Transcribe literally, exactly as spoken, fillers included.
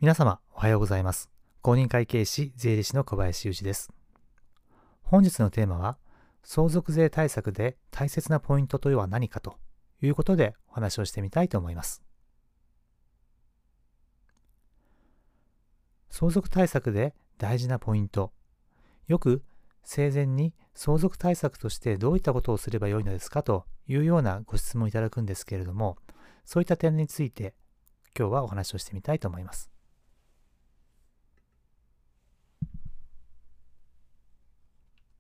皆様おはようございます。公認会計士税理士の小林裕二です。本日のテーマは相続税対策で大切なポイントとは何かということでお話をしてみたいと思います。相続対策で大事なポイント。よく生前に相続対策としてどういったことをすればよいのですかというようなご質問をいただくんですけれども、そういった点について今日はお話をしてみたいと思います。